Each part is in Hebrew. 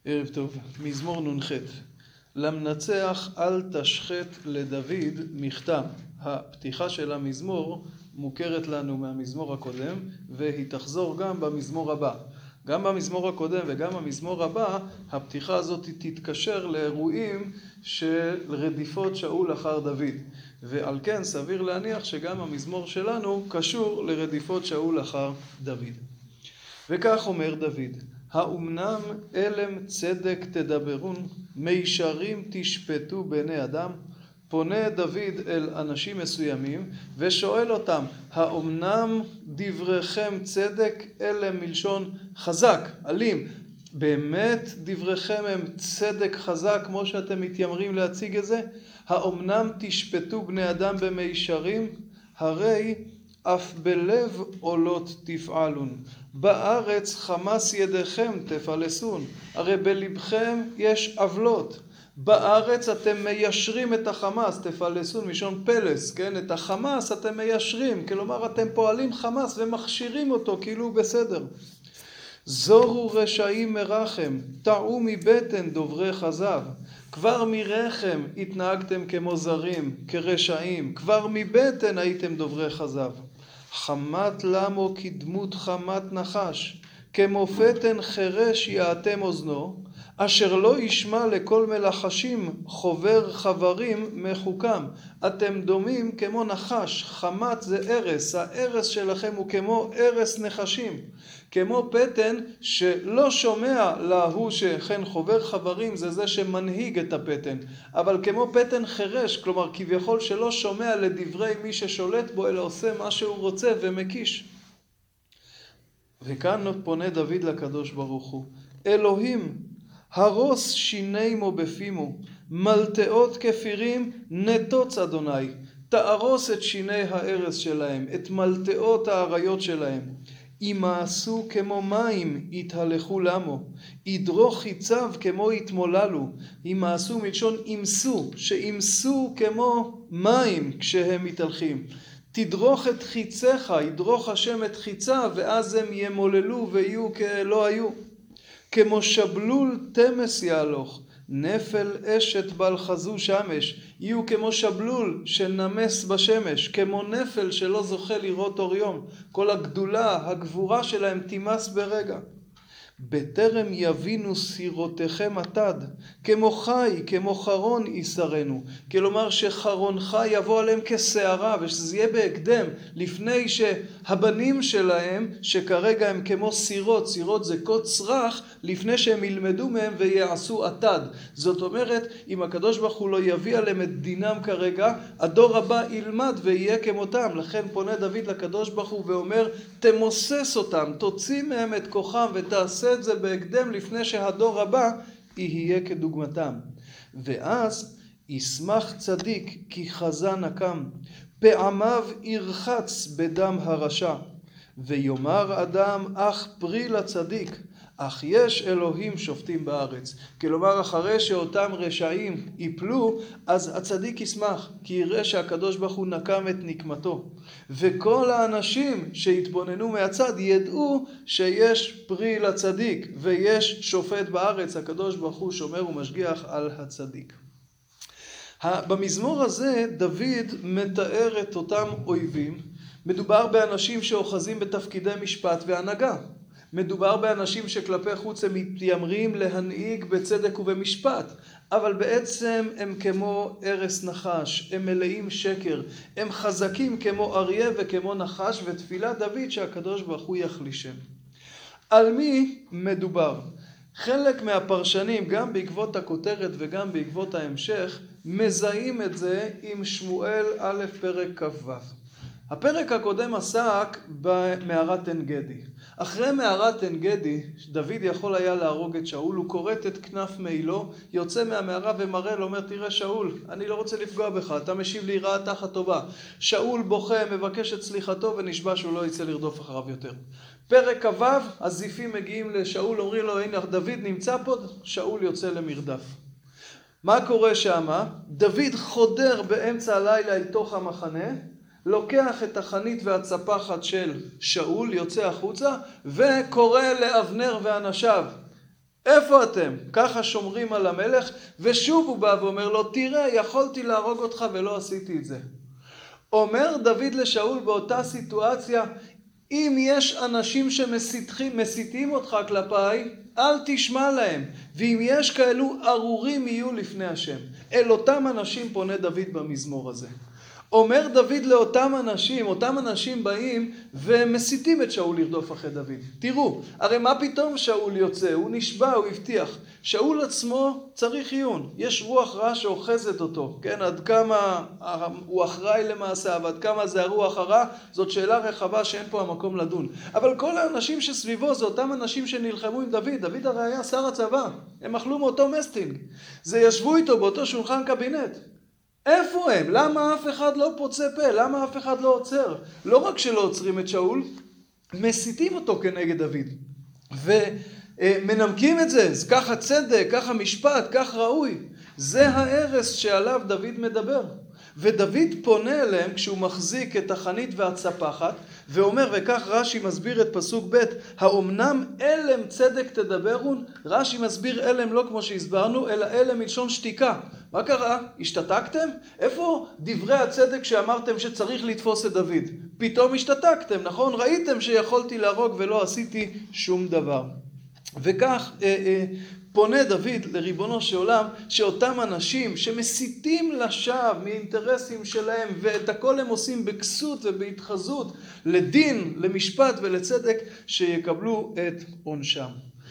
ערב טוב, מזמור נ"ח. למנצח אל תשחט לדוד מכתם. הפתיחה של המזמור מוכרת לנו מהמזמור הקודם, והיא תחזור גם במזמור הבא. גם במזמור הקודם וגם במזמור הבא, הפתיחה הזאת תתקשר לאירועים של רדיפות שאול אחר דוד. ועל כן סביר להניח שגם המזמור שלנו קשור לרדיפות שאול אחר דוד. וכך אומר דוד: האומנם אלם צדק תדברון, מישרים תשפטו בני אדם? פונה דוד אל אנשים מסוימים ושואל אותם, האומנם דבריכם צדק? אלם מלשון חזק, אלים. באמת דבריכם הם צדק חזק כמו שאתם מתיימרים להציג את זה? האומנם תשפטו בני אדם במישרים? הרי אף בלב עולות תפעלון, בארץ חמס ידיכם תפלסון. הרי בלבכם יש עוולות, בארץ אתם מיישרים את החמאס, תפלסון משון פלס, כן? את החמאס אתם מיישרים, כלומר אתם פועלים חמאס ומכשירים אותו כאילו בסדר. זורו רשעים מרחם, טעו מבטן דוברי כזב. כבר מרחם התנהגתם כמו זרים, כרשעים, כבר מבטן הייתם דוברי כזב. חמת למו כדמות חמת נחש, כמו פתן חרש יעתם אוזנו, אשר לא ישמע לכל מלחשים חובר חברים מחוכם. אתם דומים כמו נחש, חמת זה ארס, הארס שלכם הוא כמו ארס נחשים. כמו פתן שלא שומע להוא שכן חובר חברים, זה שמנהיג את הפתן. אבל כמו פתן חרש, כלומר כביכול שלא שומע לדברי מי ששולט בו, אלא עושה מה שהוא רוצה ומקיש. וכאן פונה דוד לקדוש ברוך הוא: אלוהים, הרוס שינימו בפימו, מלטאות כפירים נטוץ אדוני. תארוס את שיני הארס שלהם, את מלטאות האריות שלהם. ימעשו כמו מים יתהלכו למו, ידרוך חיצב כמו יתמוללו. ימעשו מלשון ימסו, שימסו כמו מים כשהם מתהלכים. תדרוך את חיציך, ידרוך השם את חיציו, ואז הם ימוללו ויהיו כלא היו. כמו שבלול תמס יהלוך, נפל אשת בל חזו שמש. יהיו כמו שבלול שנמס בשמש, כמו נפל שלא זוכה לראות אור יום. כל הגדולה, הגבורה שלהם תימס ברגע. בטרם יבינו סירותיכם עתד, כמו חי, כמו חרון יסרנו. כלומר שחרונך יבוא עליהם כסערה, ושזה יהיה בהקדם, לפני שהבנים שלהם, שכרגע הם כמו סירות, סירות זה קוץ רך, לפני שהם ילמדו מהם ויעשו עתד. זאת אומרת, אם הקדוש ברוך הוא לא יביא עליהם את דינם כרגע, הדור הבא ילמד ויהיה כמותם. לכן פונה דוד לקדוש ברוך הוא ואומר, תמוסס אותם, תוציא מהם את כוחם ותעשה את זה בהקדם לפני שהדור הבא יהיה כדוגמתם. ואז ישמח צדיק כי חזה נקם, פעמיו ירחץ בדם הרשע. ויאמר אדם אך פרי לצדיק, אך יש אלוהים שופטים בארץ. כלומר אחרי שאותם רשעים יפלו, אז הצדיק ישמח, כי יראה שהקדוש ברוך הוא נקם את נקמתו. וכל האנשים שהתבוננו מהצד ידעו שיש פרי לצדיק ויש שופט בארץ. הקדוש ברוך הוא שומר ומשגיח על הצדיק. במזמור הזה דוד מתאר את אותם אויבים. מדובר באנשים שאוחזים בתפקידי משפט והנהגה. מדובר באנשים שכלפי חוץ הם מתיימרים להנהיג בצדק ובמשפט, אבל בעצם הם כמו ארס נחש, הם מלאים שקר, הם חזקים כמו אריה וכמו נחש, ותפילה דוד שהקדוש ברוך הוא יחלישם. על מי מדובר? חלק מהפרשנים, גם בעקבות הכותרת וגם בעקבות ההמשך, מזהים את זה עם שמואל א' פרק כ"ו. הפרק הקודם עסק במערת עין גדי. אחרי מערת עין גדי, דוד יכול היה להרוג את שאול, הוא כורת את כנף מעילו, יוצא מהמערה ומראה לו, אומר, תראה שאול, אני לא רוצה לפגוע בך, אתה משיב לי רעה תחת טובה. שאול בוכה, מבקש את סליחתו ונשבע שהוא לא יצא לרדוף אחריו יותר. פרק כ"ו, הזיפים מגיעים לשאול, אומרים לו, הנה דוד נמצא פה, שאול יוצא למרדף. מה קורה שמה? דוד חודר באמצע הלילה אל תוך המחנה, לוקח את החנית והצפחת של שאול, יוצא החוצה, וקורא לאבנר ואנשיו, איפה אתם? ככה שומרים על המלך, ושוב הוא בא ואומר לו, תראה, יכולתי להרוג אותך ולא עשיתי את זה. אומר דוד לשאול באותה סיטואציה, אם יש אנשים שמסיתים אותך כלפיי, אל תשמע להם, ואם יש כאלו ארורים יהיו לפני השם. אל אותם אנשים פונה דוד במזמור הזה. אומר דוד לאותם אנשים, אותם אנשים באים ומסיתים את שאול לרדוף אחרי דוד. תראו, הרי מה פתאום שאול יוצא? הוא נשבע, הוא הבטיח. שאול עצמו צריך עיון. יש רוח רע שאוחזת אותו. כן, עד כמה הוא אחראי למעשה, ועד כמה זה הרוח הרע, זאת שאלה רחבה שאין פה המקום לדון. אבל כל האנשים שסביבו זה אותם אנשים שנלחמו עם דוד. דוד הרי היה שר הצבא. הם אכלו מאותו מסטינג. זה ישבו איתו באותו שולחן קבינט. איפה הם? למה אף אחד לא פוצה פה? למה אף אחד לא עוצר? לא רק שלא עוצרים את שאול, מסיתים אותו כנגד דוד. ומנמקים את זה, ככה צדק, ככה משפט, כך ראוי. זה ההרס שעליו דוד מדבר. ודוד פונה אליהם כשהוא מחזיק את החנית והצפחת, ואומר, וכך רש"י מסביר את פסוק ב', האומנם אלם צדק תדברון? רש"י מסביר אלם לא כמו שהסברנו, אלא אלם מלשון שתיקה. מה קרה? השתתקתם? איפה דברי הצדק שאמרתם שצריך לתפוס את דוד? פתאום השתתקתם, נכון? ראיתם שיכולתי להרוג ולא עשיתי שום דבר. וכך פונה דוד לריבונו של עולם, שאותם אנשים שמסיתים לשווא מאינטרסים שלהם, ואת הכל הם עושים בכסות ובהתחזות לדין, למשפט ולצדק, שיקבלו את עונשם.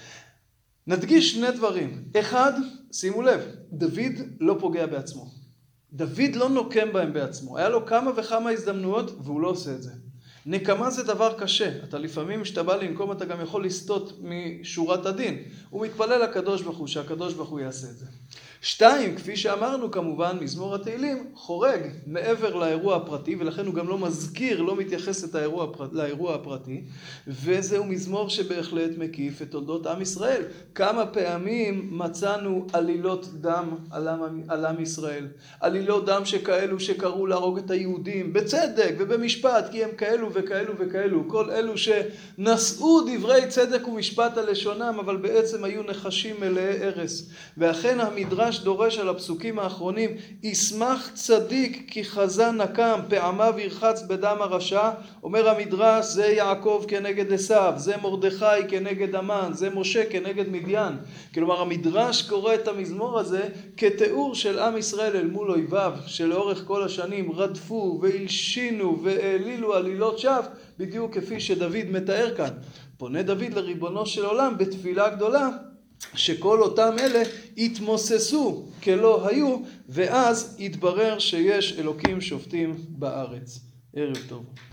נדגיש שני דברים. אחד, שימו לב, דוד לא פוגע בעצמו. דוד לא נוקם בהם בעצמו. היה לו כמה וכמה הזדמנויות והוא לא עושה את זה. נקמה זה דבר קשה. אתה לפעמים כשאתה בא לנקום אתה גם יכול לסטות משורת הדין. הוא מתפלל לקדוש ברוך הוא שהקדוש ברוך הוא יעשה את זה. שתיים, כפי שאמרנו כמובן, מזמור התהילים חורג מעבר לאירוע הפרטי, ולכן הוא גם לא מזכיר, לא מתייחס את לאירוע הפרטי, וזהו מזמור שבהחלט מקיף את תולדות עם ישראל. כמה פעמים מצאנו עלילות דם על עם ישראל, עלילות דם שכאלו שקראו להרוג את היהודים, בצדק ובמשפט, כי הם כאלו וכאלו וכאלו, כל אלו שנשאו דברי צדק ומשפט על לשונם, אבל בעצם היו נחשים מלאי הרס. ואכן המדרש דורש על הפסוקים האחרונים, ישמח צדיק כי חזה נקם, פעמיו ירחץ בדם הרשע. אומר המדרש, זה יעקב כנגד עשיו, זה מרדכי כנגד המן, זה משה כנגד מדיין. כלומר המדרש קורא את המזמור הזה כתיאור של עם ישראל אל מול אויביו, שלאורך כל השנים רדפו והלשינו והעלילו עלילות שווא, בדיוק כפי שדוד מתאר כאן. פונה דוד לריבונו של עולם בתפילה גדולה, שכל אותם אלה יתמוססו כלא היו, ואז יתברר שיש אלוקים שופטים בארץ. ערב טוב.